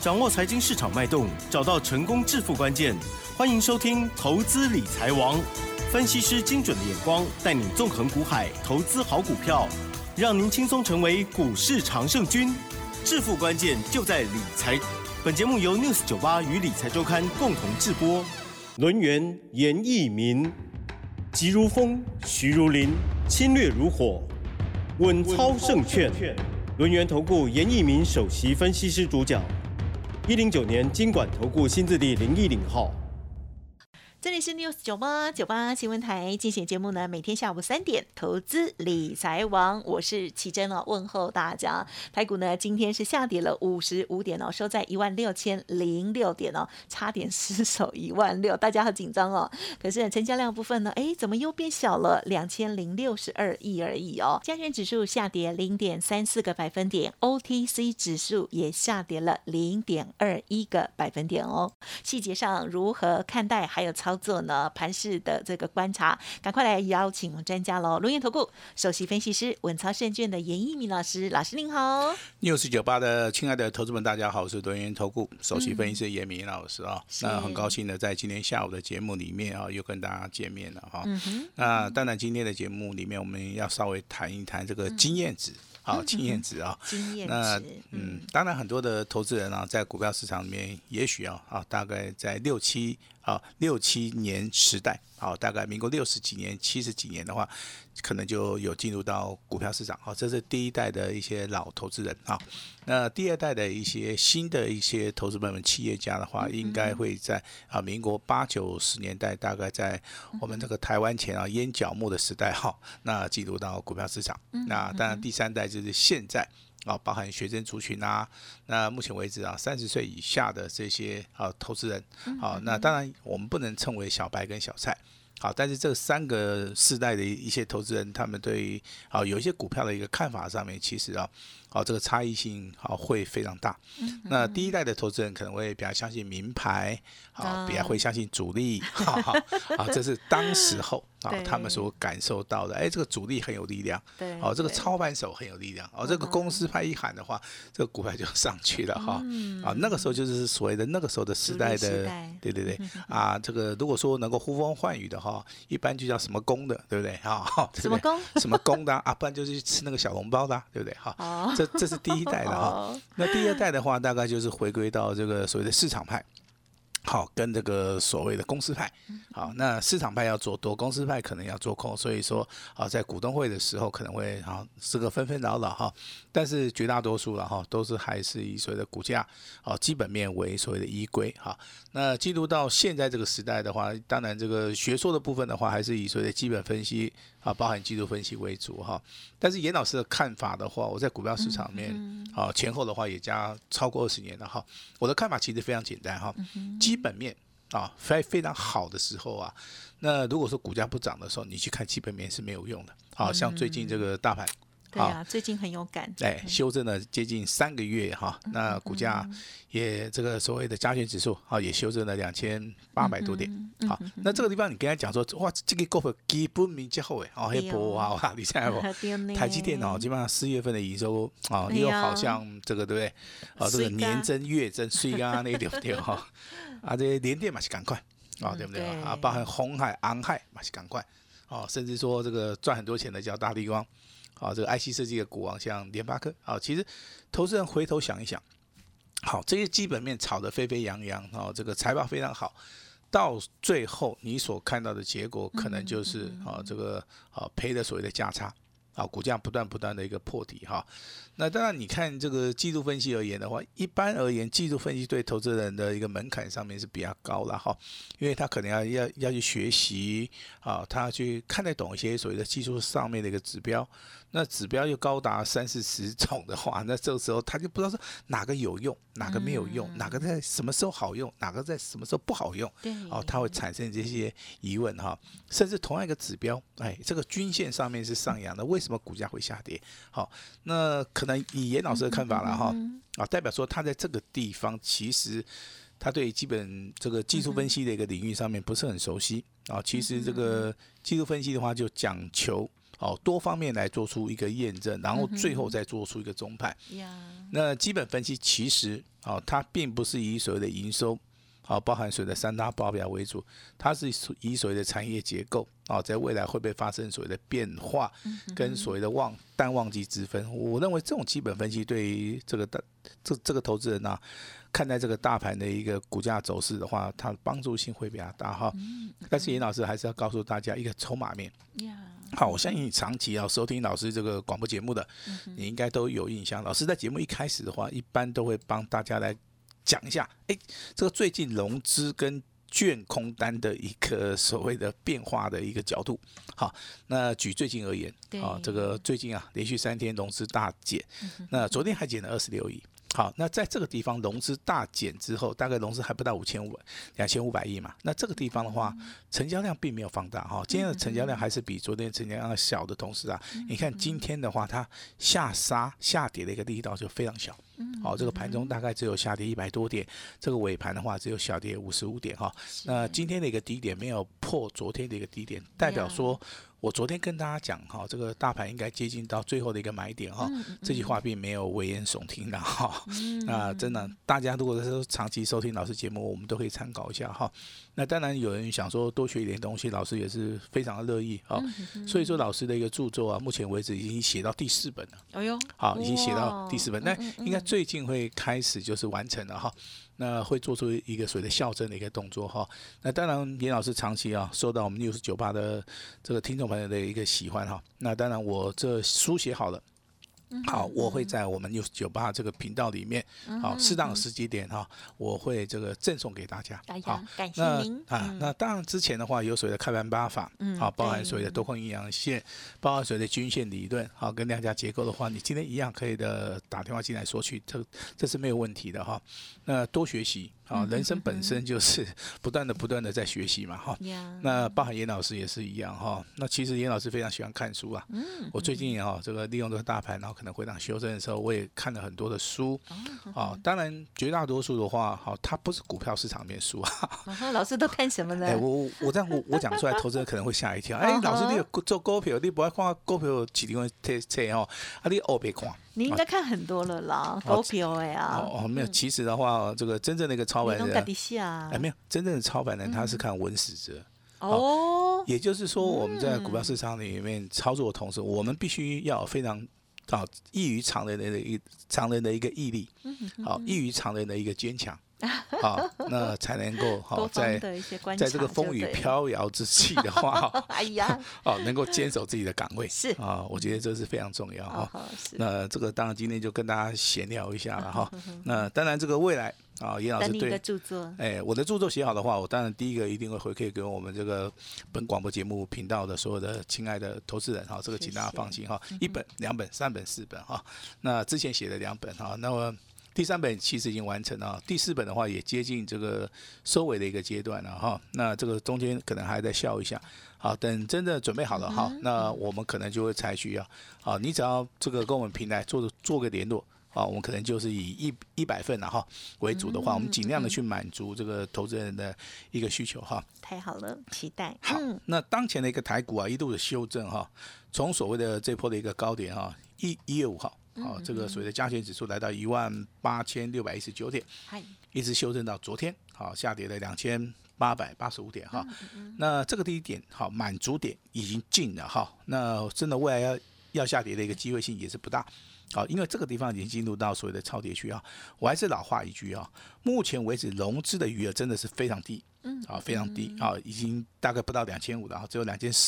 掌握财经市场脉动，找到成功致富关键。欢迎收听《投资理财王》，分析师精准的眼光，带你纵横股海，投资好股票，让您轻松成为股市常胜军。致富关键就在理财。本节目由 News98 与理财周刊共同制播。轮源严义民，急如风，徐如林，侵略如火，稳操胜券。轮源投顾严义民首席分析师主讲。109年金管投顾新字第010号。 这里是 News98新闻台进行节目呢，每天下午3点，投资理财王，我是奇珍哦，问候大家。台股呢今天是下跌了55点哦，收在16006点哦，差点失守16000，大家好紧张哦。可是成交量部分呢，怎么又变小了？2062亿而已哦。加权指数下跌0.34个百分点 ，OTC 指数也下跌了0.21个百分点哦。细节上如何看待？还有操作呢？盘势的这个观察，赶快来邀请我们专家喽！轮源投顾首席分析师稳操胜券的严义民老师，老师您好。 News98的亲爱的投资们，大家好，我是轮源投顾首席分析师严民老师啊。那很高兴的在今天下午的节目里面啊，又跟大家见面了哈。那当然今天的节目里面，我们要稍微谈一谈这个经验值。好，经验值啊，那当然很多的投资人啊，在股票市场里面，也许大概在六七年时代，大概民国60几年、70几年的话，可能就有进入到股票市场。这是第一代的一些老投资人啊。那第二代的一些新的一些投资们、企业家的话，应该会在民国80、90年代，大概在我们这个台湾前烟角木的时代那进入到股票市场。那当然第三代就是现在。包含学生族群啊，那目前为止30岁以下的这些投资人，那当然我们不能称为小白跟小菜，但是这3个世代的一些投资人，他们对于有一些股票的一个看法上面，其实这个差异性会非常大。那第一代的投资人可能会比较相信名牌，比较会相信主力，这是当时候他们所感受到的。这个主力很有力量，这个操盘手很有力量，这个公司派一喊的话，这个股票就上去了那个时候就是所谓的那个时候的时代的，对这个如果说能够呼风唤雨的一般就叫什么公的，对不对什么公？ 什么公的不然就是吃那个小笼包的，对不对这是第一代的那第二代的话，大概就是回归到这个所谓的市场派。跟这个所谓的公司派，那市场派要做多，公司派可能要做空，所以说在股东会的时候可能会是个纷纷扰扰但是绝大多数了都是还是以所谓的股价基本面为所谓的依归那进入到现在这个时代的话，当然这个学说的部分的话，还是以所谓的基本分析包含技术分析为主但是严老师的看法的话，我在股票市场里面前后的话也加超过20年了我的看法其实非常简单基本面非常好的时候那如果说股价不涨的时候，你去看基本面是没有用的像最近这个大盘对最近很有感， 修正了接近3个月那股价也这个所谓的加权指数也修正了2800多点那这个地方你跟他讲说，哇，这个股票基本面之好黑波你猜不？台积电基本上4月份的营收又好像这个对不对这个年增月增水那对不对这联电嘛是赶快对不对包含鸿海、航海嘛是赶快甚至说这个赚很多钱的叫大立光这个 IC 设计的股王像联发科其实投资人回头想一想这些基本面炒得沸沸扬扬这个财报非常好，到最后你所看到的结果可能就是这个赔的所谓的价差股价不断的一个破底那当然你看这个技术分析而言的话，一般而言技术分析对投资人的一个门槛上面是比较高了因为他可能要去学习他去看得懂一些所谓的技术上面的一个指标，那指标又高达30-40种的话，那这个时候他就不知道说哪个有用，哪个没有用，哪个在什么时候好用，哪个在什么时候不好用他会产生这些疑问甚至同样一个指标这个均线上面是上扬的，为什么股价会下跌那可能以严老师的看法啦代表说他在这个地方其实他对基本这个技术分析的一个领域上面不是很熟悉其实这个技术分析的话就讲求多方面来做出一个验证，然后最后再做出一个终判。那基本分析其实它并不是以所谓的营收包含所谓的3大报表为主，它是以所谓的产业结构在未来会不会发生所谓的变化，跟所谓的淡旺季之分。我认为这种基本分析对于这个投资人看待这个大盘的一个股价走势的话，它的帮助性会比较大但是严老师还是要告诉大家一个筹码面。好，我相信你长期收听老师这个广播节目的，你应该都有印象。老师在节目一开始的话，一般都会帮大家来讲一下，这个最近融资跟券空单的一个所谓的变化的一个角度。好，那举最近而言，这个最近连续3天融资大减，那昨天还减了26亿。好，那在这个地方融资大减之后，大概融资还不到2500亿嘛，那这个地方的话，成交量并没有放大今天的成交量还是比昨天成交量小的同时你看今天的话，它下跌的一个力道就非常小。这个盘中大概只有下跌100多点，这个尾盘的话只有小跌55点那今天的一个低点没有破昨天的一个低点，代表说我昨天跟大家讲这个大盘应该接近到最后的一个买点这句话并没有危言耸听的那真的大家如果是长期收听老师节目，我们都可以参考一下那当然有人想说多学一点东西，老师也是非常的乐意所以说老师的一个著作目前为止已经写到第4本了。好，已经写到第4本，那应该最近会开始就是完成了那会做出一个所谓的校正的一个动作那当然严老师长期受到我们News98的这个听众朋友的一个喜欢那当然我这书写好了。好，我会在我们News98这个频道里面，适当的时机点我会这个赠送给大家。好， 感谢您。 那当然之前的话有所谓的开盘8法，包含所谓的多空阴阳线，包含所谓的均线理论，跟量价结构的话，你今天一样可以的打电话进来索取，这是没有问题的那多学习。人生本身就是不断的在学习嘛那包含严老师也是一样那其实严老师非常喜欢看书我最近这个利用这个大盘可能回档修正的时候，我也看了很多的书当然绝大多数的话它不是股票市场里面书老师都看什么呢？ 我这样我讲出来，投资人可能会吓一跳。老师你有做股票，你不要看股票市场的册你黑白看。 你应该看很多了啦，股票的没有，其实的话，这个真正的一个操盘人， 没有真正的操盘人，他是看文史哲。也就是说，我们在股票市场里面操作的同时，我们必须要有非常异于常人的一个毅力，异于常人的一个坚强。那才能够在这个风雨飘摇之际的话，能够坚守自己的岗位是我觉得这是非常重要那这个当然今天就跟大家闲聊一下了那当然这个未来严老师对我的著作写好的话，我当然第一个一定会回馈给我们这个本广播节目频道的所有的亲爱的投资人这个请大家放心1本、2本、3本、4本那之前写的2本那么第3本其实已经完成了，第4本的话也接近这个收尾的一个阶段了那这个中间可能还在笑一下，好，等真的准备好了那我们可能就会采取你只要这个跟我们平台做个联络我们可能就是以100份为主的话，我们尽量的去满足这个投资人的一个需求太好了，期待。 好，那当前的一个台股一度的修正从所谓的这波的一个高点1月5号。这个所谓的加权指数来到18619点，一直修正到昨天，下跌了2885点那这个低点满足点已经进了那真的未来要下跌的一个机会性也是不大。因为这个地方已经进入到所谓的超跌区我还是老话一句目前为止融资的余额真的是非常低，非常低已经大概不到2500了只有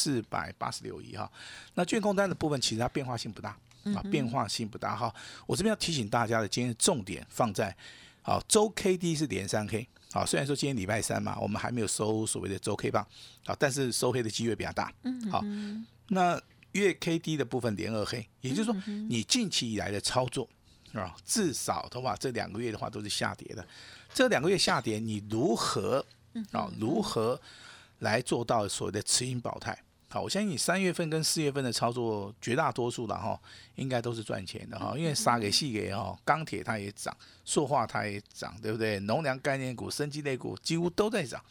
2486亿那券空单的部分其实它变化性不大。变化性不大我这边要提醒大家的，今天重点放在周 K D 是连3K 虽然说今天礼拜3嘛，我们还没有收所谓的周 K 棒但是收黑的机会比较大那月 K D 的部分连2黑，也就是说你近期以来的操作至少的话这2个月的话都是下跌的，这2个月下跌你如何来做到所谓的持盈保泰我相信你3月份跟4月份的操作绝大多数的应该都是赚钱的因为杀给细给钢铁它也涨，塑化它也涨，对不对？农粮概念股、生技类股几乎都在涨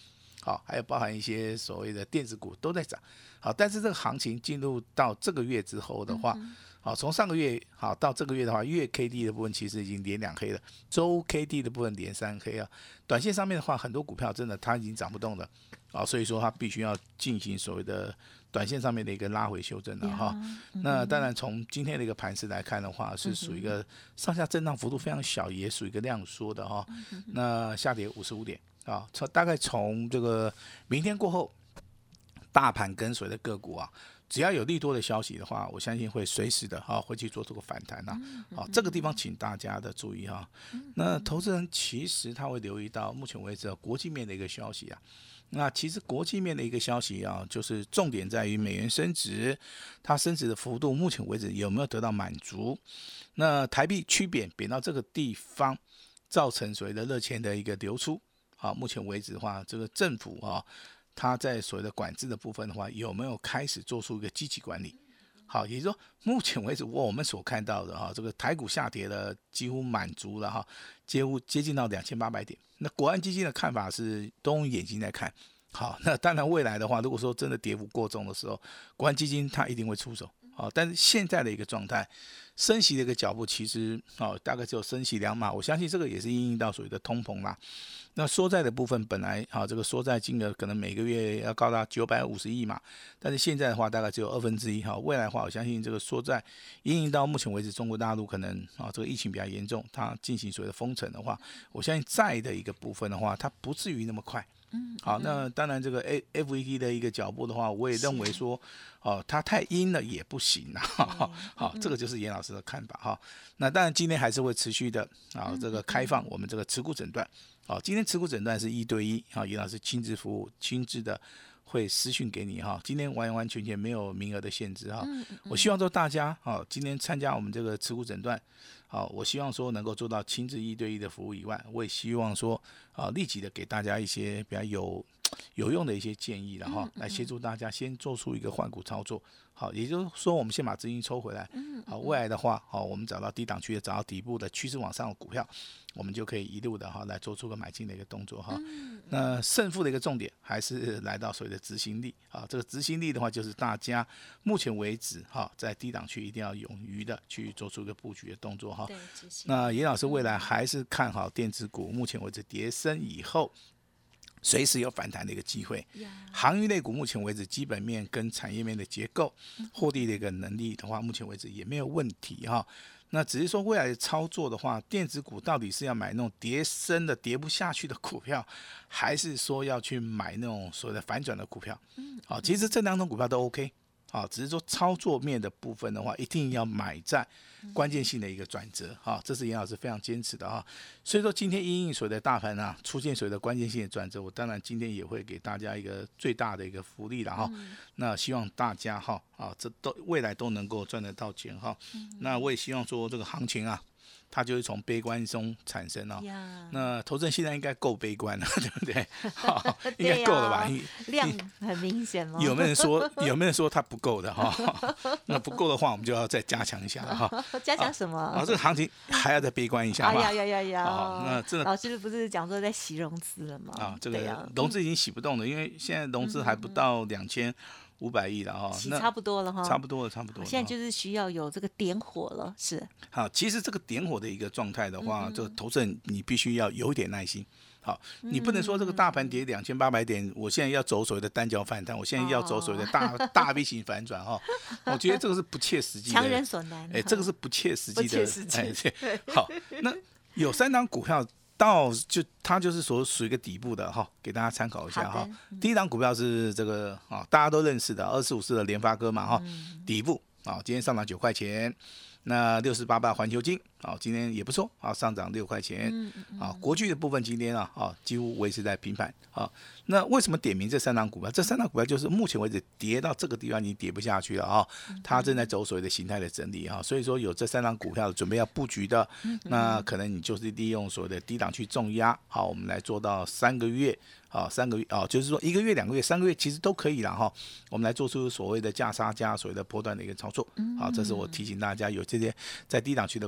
好，还有包含一些所谓的电子股都在涨，好，但是这个行情进入到这个月之后的话，好，从上个月好到这个月的话，月 K D 的部分其实已经连2黑了，周 K D 的部分连3黑啊，短线上面的话，很多股票真的它已经涨不动了，啊，所以说它必须要进行所谓的短线上面的一个拉回修正了哈。那当然从今天的一个盘势来看的话，是属于一个上下震荡幅度非常小，也属于一个量缩的哈。那下跌55点啊，大概从这个明天过后，大盘跟随的个股啊。只要有利多的消息的话，我相信会随时的会去做这个反弹呐。这个地方请大家的注意哈。那投资人其实他会留意到目前为止国际面的一个消息啊。那其实国际面的一个消息啊，就是重点在于美元升值，它升值的幅度目前为止有没有得到满足？那台币趋贬到这个地方，造成所谓的热钱的一个流出。好，目前为止的话，这个政府它在所谓的管制的部分的话，有没有开始做出一个积极管理？好，也就是说，目前为止我们所看到的这个台股下跌了，几乎满足了接近到2800点。那国安基金的看法是都用眼睛在看。好，那当然未来的话，如果说真的跌幅过重的时候，国安基金它一定会出手。好，但是现在的一个状态，升息的一个脚步其实大概只有升息2码，我相信这个也是因应到所谓的通膨啦。那缩债的部分本来这个缩债金额可能每个月要高达950亿嘛，但是现在的话大概只有1/2。未来的话，我相信这个缩债因应到目前为止中国大陆可能这个疫情比较严重，它进行所谓的封城的话，我相信债的一个部分的话，它不至于那么快。好，那当然这个 FED 的一个脚步的话，我也认为说，它太阴了也不行啊。好，这个就是严老师的看法哈。那当然今天还是会持续的这个开放我们这个持股诊断。好，今天持股诊断是1对1，严老师亲自服务，亲自的会私讯给你哈。今天完完全全没有名额的限制哈。我希望说大家今天参加我们这个持股诊断。好，我希望说能够做到亲自1对1的服务以外，我也希望说立即的给大家一些比较有用的一些建议，然后来协助大家先做出一个换股操作。好，也就是说我们先把资金抽回来。好，未来的话，我们找到低档区的，找到底部的趋势往上的股票，我们就可以一路的来做出个买进的一个动作哈。那胜负的一个重点还是来到所谓的执行力啊，这个执行力的话，就是大家目前为止在低档区一定要勇于的去做出一个布局的动作哈。那严老师未来还是看好电子股，目前为止跌升以后，随时有反弹的一个机会。航运类股目前为止基本面跟产业面的结构、获利的一个能力的话，目前为止也没有问题哈。那只是说未来的操作的话，电子股到底是要买那种跌升的跌不下去的股票，还是说要去买那种所谓的反转的股票？好，其实这2种股票都 OK。好，只是说操作面的部分的话，一定要买在关键性的一个转折，这是严老师非常坚持的哈。所以说今天因应所谓的大盘出现所谓的关键性的转折，我当然今天也会给大家一个最大的一个福利了哈。那希望大家这都未来都能够赚得到钱哈。那我也希望说这个行情它就会从悲观中产生那投资人现在应该够悲观了，对不对？应该够了吧？ 量很明显吗？ 有没有人说它不够的那不够的话，我们就要再加强一下了哈。 加强什么？ 这个行情还要再悲观一下嘛？ 那真的，老师不是讲说在洗融资了吗？ 这个融资已经洗不动了，因为现在融资还不到2500亿了那差不多了差不多了。 现在就是需要有这个点火了，是。 好，其实这个点火的一个状态的话，这个投资人你必须要有一点耐心。好，你不能说这个大盘跌2800点，我现在要走所谓的单脚反弹，我现在要走所谓的大 V 型反转我觉得这个是不切实际的， 强人所难。 这个是不切实际的。好，那有3档股票。它就是属于一个底部的给大家参考一下第一档股票是这个大家都认识的2454的联发科嘛底部今天上涨9块钱。那6888环球金今天也不错上涨6块钱国巨的部分今天几乎维持在平盘那为什么点名这3档股票？这3档股票就是目前为止跌到这个地方已经跌不下去了它正在走所谓的形态的整理所以说有这3档股票准备要布局的，那可能你就是利用所谓的低档去重压我们来做到3个月3个月就是说1个月2个月3个月其实都可以了我们来做出所谓的价差加所谓的波段的一个操作这是我提醒大家有这些在低档区的股票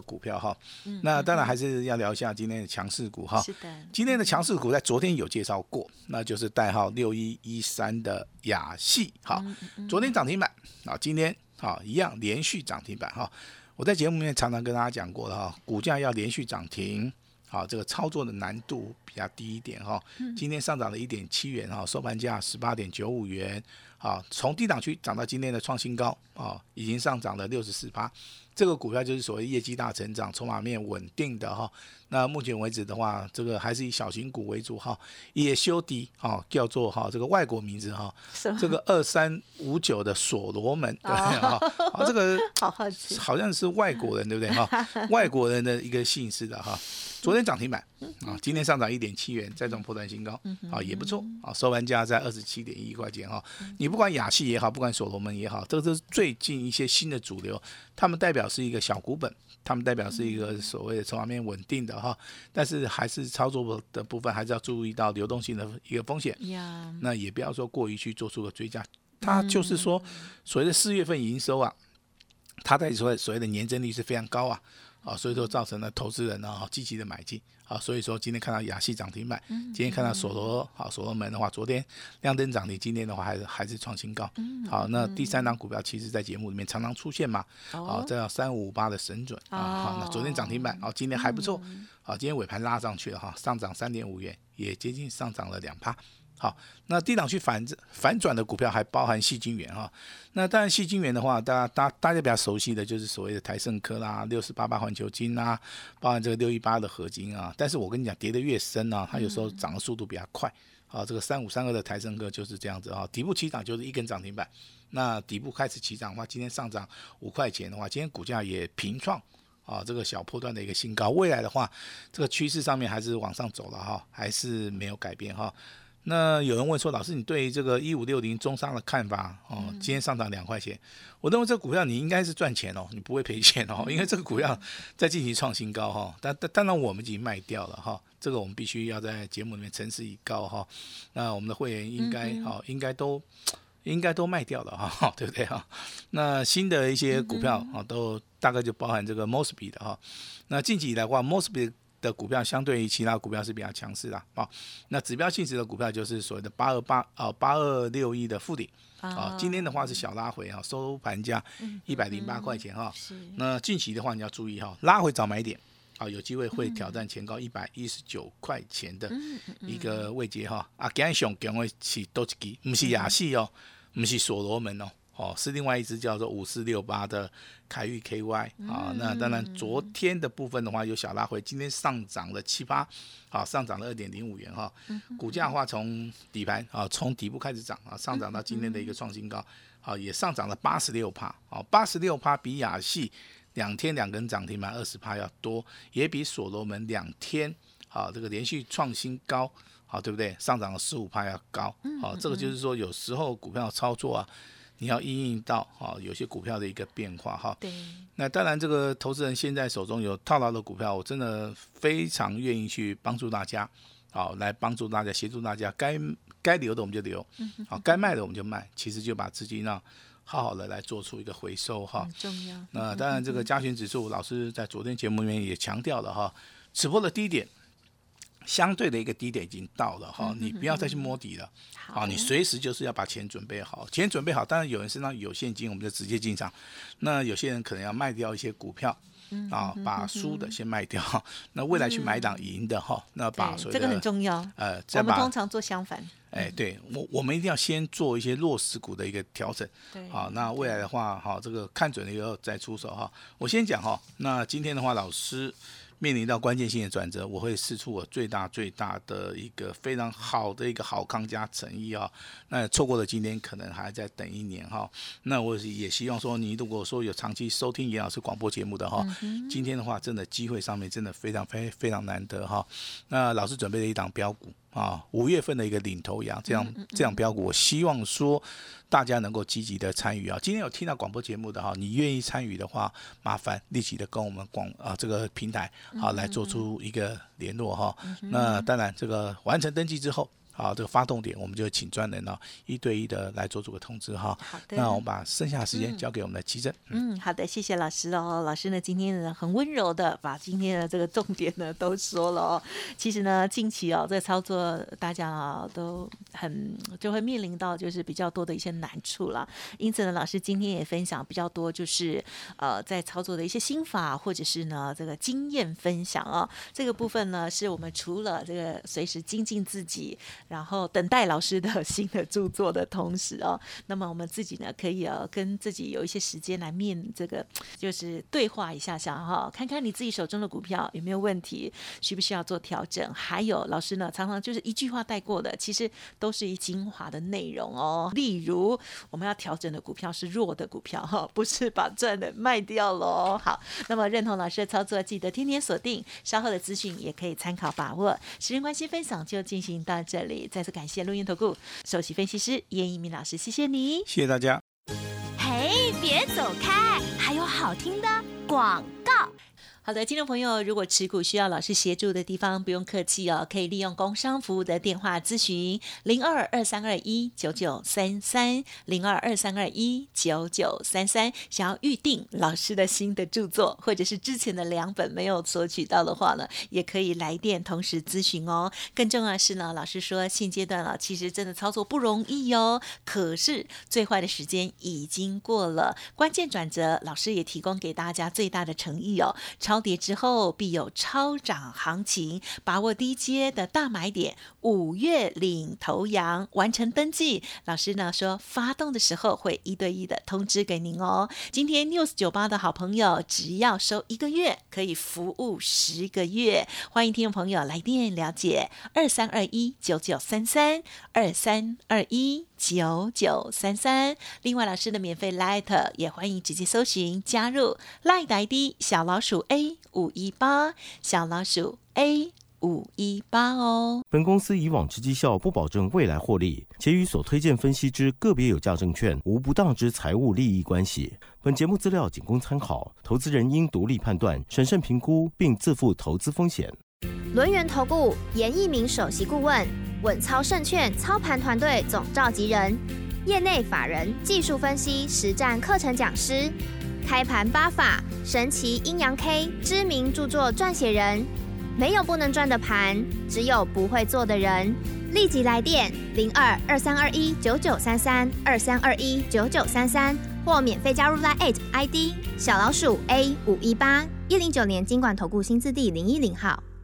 哈。那当然还是要聊一下今天的强势股哈。 是的， 今天的强势股在昨天有介绍过，那就是代号6113的亚系哈。昨天涨停板啊，今天啊一样连续涨停板哈。我在节目里面常常跟大家讲过了哈，股价要连续涨停。好，这个操作的难度比较低一点哈。今天上涨了1.7元哈，收盘价18.95元。好，从低档区涨到今天的创新高啊，已经上涨了64%。这个股票就是所谓业绩大成长、筹码面稳定的哈。那目前为止的话，这个还是以小型股为主哈。也修迪哈，叫做哈这个外国名字哈，这个2359的所罗门，对哈。好，这个好好奇， 好像是外国人对不对哈？外国人的一个姓氏的哈。昨天涨停板啊，今天上涨1.7元，再创波段新高啊，也不错啊。收盘价在27.1块钱哈。你不管亚系也好，不管所罗门也好，这个都是最近一些新的主流，他们代表是一个小股本，他们代表是一个所谓的筹码面稳定的哈，但是还是操作的部分还是要注意到流动性的一个风险，那也不要说过于去做出个追加，它就是说所谓的4月份营收啊，它在所谓的年增率是非常高啊。所以说造成了投资人呢积极的买进啊，所以说今天看到亚系涨停板，今天看到所罗门的话，昨天亮灯涨停，今天的话还是创新高。好，那第3档股票其实在节目里面常常出现嘛，这叫3558的神准啊，那昨天涨停板，今天还不错，今天尾盘拉上去了哈，上涨3.5元，也接近上涨了2%。好，那低档区反转的股票还包含矽晶圆哈。那当然矽晶圆的话，大家比较熟悉的就是所谓的台盛科啦、6488环球晶啦，包含这个618的合晶啊。但是我跟你讲，跌得越深啊，它有时候涨的速度比较快。好，这个3532的台盛科就是这样子啊，底部起涨就是一根涨停板。那底部开始起涨的话，今天上涨5块钱的话，今天股价也平创这个小波段的一个新高。未来的话，这个趋势上面还是往上走了哈，还是没有改变哈。那有人问说，老师，你对这个1560中商的看法今天上涨2块钱，我认为这个股票你应该是赚钱哦，你不会赔钱哦，因为这个股票在近期创新高哈，当然我们已经卖掉了哈，这个我们必须要在节目里面诚实以告哈。那我们的会员应该都卖掉了哈，对不对哈？那新的一些股票都大概就包含这个 Mosby 的哈。那近期以来的话 ，Mosby的股票相对于其他股票是比较强势的那指标性质的股票就是所谓的8261的富鼎今天的话是小拉回收盘价108块钱那近期的话你要注意拉回早买点有机会会挑战前高119块钱的一个位阶今天上强的是多一支，不是亚系不是所罗门是另外一只叫做5468的凯域 KY 那当然昨天的部分的话有小拉回，今天上涨了7%上涨了2.05元股价的话从底盘从底部开始涨上涨到今天的一个创新高也上涨了86%，86%比亚系2天2根涨停板20%要多，也比所罗门2天这个连续创新高对不对？上涨了15%要高这个就是说有时候股票操作你要因应到有些股票的一个变化对。 那当然这个投资人现在手中有套牢的股票，我真的非常愿意去帮助大家来帮助大家协助大家，该留的我们就留该卖的我们就卖，其实就把资金好好的来做出一个回收很重要。 那当然这个加权指数老师在昨天节目里面也强调了此波的低点相对的一个低点已经到了你不要再去摸底了你随时就是要把钱准备好，钱准备好，当然有人身上有现金我们就直接进场，那有些人可能要卖掉一些股票把输的先卖掉那未来去买档赢的那把所谓的这个很重要我们通常做相反对，我们一定要先做一些弱势股的一个调整那未来的话这个看准了以后再出手我先讲那今天的话老师面临到关键性的转折，我会释出我最大的一个非常好的一个好康加诚意那错过了今天可能还在等1年那我也希望说你如果说有长期收听严老师广播节目的今天的话真的机会上面真的非常非常难得那老师准备了一档标股5月份的一个领头羊，这样标股，我希望说大家能够积极的参与今天有听到广播节目的你愿意参与的话，麻烦立即的跟我们这个平台来做出一个联络那当然这个完成登记之后好，这个发动点我们就请专人一对一的来做个通知哈。 好的， 那我们把剩下的时间交给我们的奇珍。 好的，谢谢老师哦。老师呢今天呢很温柔的把今天的这个重点呢都说了哦。其实呢近期这个操作大家都就会面临到就是比较多的一些难处啦。因此呢，老师今天也分享比较多，就是在操作的一些心法，或者是呢这个经验分享哦。这个部分呢，是我们除了这个随时精进自己，然后等待老师的新的著作的同时哦，那么我们自己呢可以跟自己有一些时间来这个就是对话一下哈，看看你自己手中的股票有没有问题，需不需要做调整。还有老师呢常常就是一句话带过的，其实都是一精华的内容哦。例如我们要调整的股票是弱的股票哈，不是把赚的卖掉咯。好，那么认同老师的操作，记得天天锁定，稍后的资讯也可以参考把握。时间关系，分享就进行到这里，再次感谢录音投顾首席分析师严一鸣老师，谢谢你， 谢谢大家。 嘿，别走开，还有好听的广告。 好的，听众朋友，如果持股需要老师协助的地方，不用客气哦，可以利用工商服务的电话咨询0223219933，0223219933，想要预定老师的新的著作，或者是之前的2本没有索取到的话呢，也可以来电同时咨询哦。更重要的是呢，老师说现阶段其实真的操作不容易哦，可是最坏的时间已经过了，关键转折，老师也提供给大家最大的诚意哦。超跌之后必有超涨行情，把握低阶的大买点，5月领头羊，完成登记。老师呢说发动的时候会1对1的通知给您哦。今天 News98 的好朋友只要收1个月，可以服务10个月。欢迎听众朋友来电了解2321993323219933。另外老师的免费 Line 也欢迎直接搜寻加入 Line 的 ID 小老鼠 A518， 小老鼠 A518哦。 本公司以往之绩效不保证未来获利，且与所推荐分析之个别有价证券无不当之财务利益关系。本节目资料仅供参考，投资人应独立判断、审慎评估，并自负投资风险。 轮源投顾严一鸣首席顾问，稳操胜券操盘团队总召集人，业内法人、技术分析、实战课程讲师，开盘8法、神奇阴阳 K 知名著作撰写人。没有不能赚的盘，只有不会做的人。立即来电02-2321-9933 或免费加入 LINE@ ID 小老鼠 A518。109年金管投顾新字第010号。